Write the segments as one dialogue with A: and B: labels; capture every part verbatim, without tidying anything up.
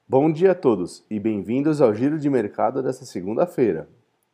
A: Bom dia a todos e bem-vindos ao Giro de Mercado desta segunda-feira.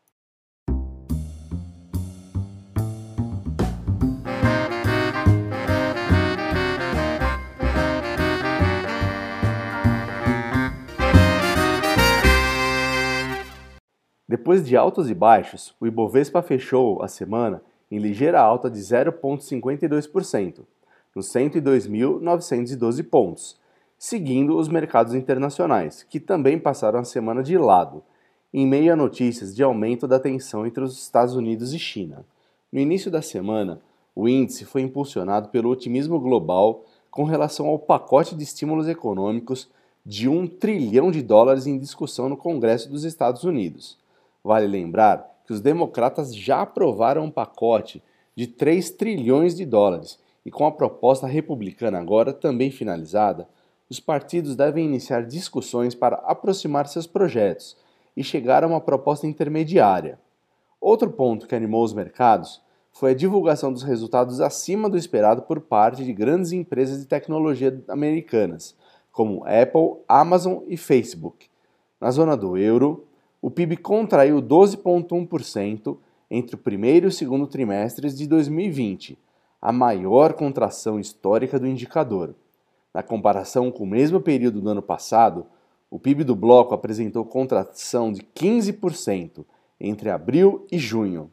A: Depois de altos e baixos, o Ibovespa fechou a semana em ligeira alta de zero vírgula cinquenta e dois por cento, nos cento e dois mil novecentos e doze pontos, seguindo os mercados internacionais, que também passaram a semana de lado, em meio a notícias de aumento da tensão entre os Estados Unidos e China. No início da semana, o índice foi impulsionado pelo otimismo global com relação ao pacote de estímulos econômicos de um trilhão de dólares em discussão no Congresso dos Estados Unidos. Vale lembrar que os democratas já aprovaram um pacote de três trilhões de dólares e com a proposta republicana agora também finalizada, os partidos devem iniciar discussões para aproximar seus projetos e chegar a uma proposta intermediária. Outro ponto que animou os mercados foi a divulgação dos resultados acima do esperado por parte de grandes empresas de tecnologia americanas, como Apple, Amazon e Facebook. Na zona do euro, o P I B contraiu doze vírgula um por cento entre o primeiro e o segundo trimestres de dois mil e vinte, a maior contração histórica do indicador. Na comparação com o mesmo período do ano passado, o P I B do bloco apresentou contração de quinze por cento entre abril e junho.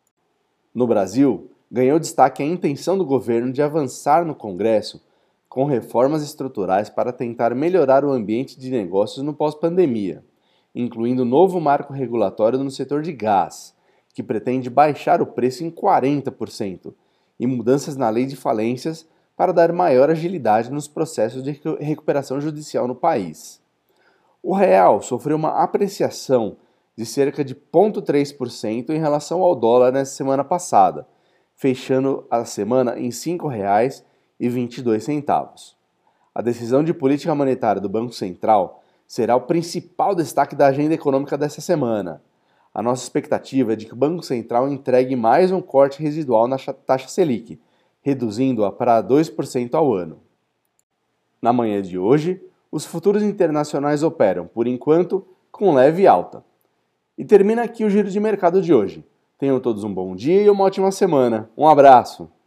A: No Brasil, ganhou destaque a intenção do governo de avançar no Congresso com reformas estruturais para tentar melhorar o ambiente de negócios no pós-pandemia, incluindo o novo marco regulatório no setor de gás, que pretende baixar o preço em quarenta por cento, e mudanças na lei de falências para dar maior agilidade nos processos de recuperação judicial no país. O real sofreu uma apreciação de cerca de zero vírgula três por cento em relação ao dólar nesta semana passada, fechando a semana em cinco reais e vinte e dois centavos. A decisão de política monetária do Banco Central será o principal destaque da agenda econômica desta semana. A nossa expectativa é de que o Banco Central entregue mais um corte residual na taxa Selic, reduzindo-a para dois por cento ao ano. Na manhã de hoje, os futuros internacionais operam, por enquanto, com leve alta. E termina aqui o Giro de Mercado de hoje. Tenham todos um bom dia e uma ótima semana. Um abraço!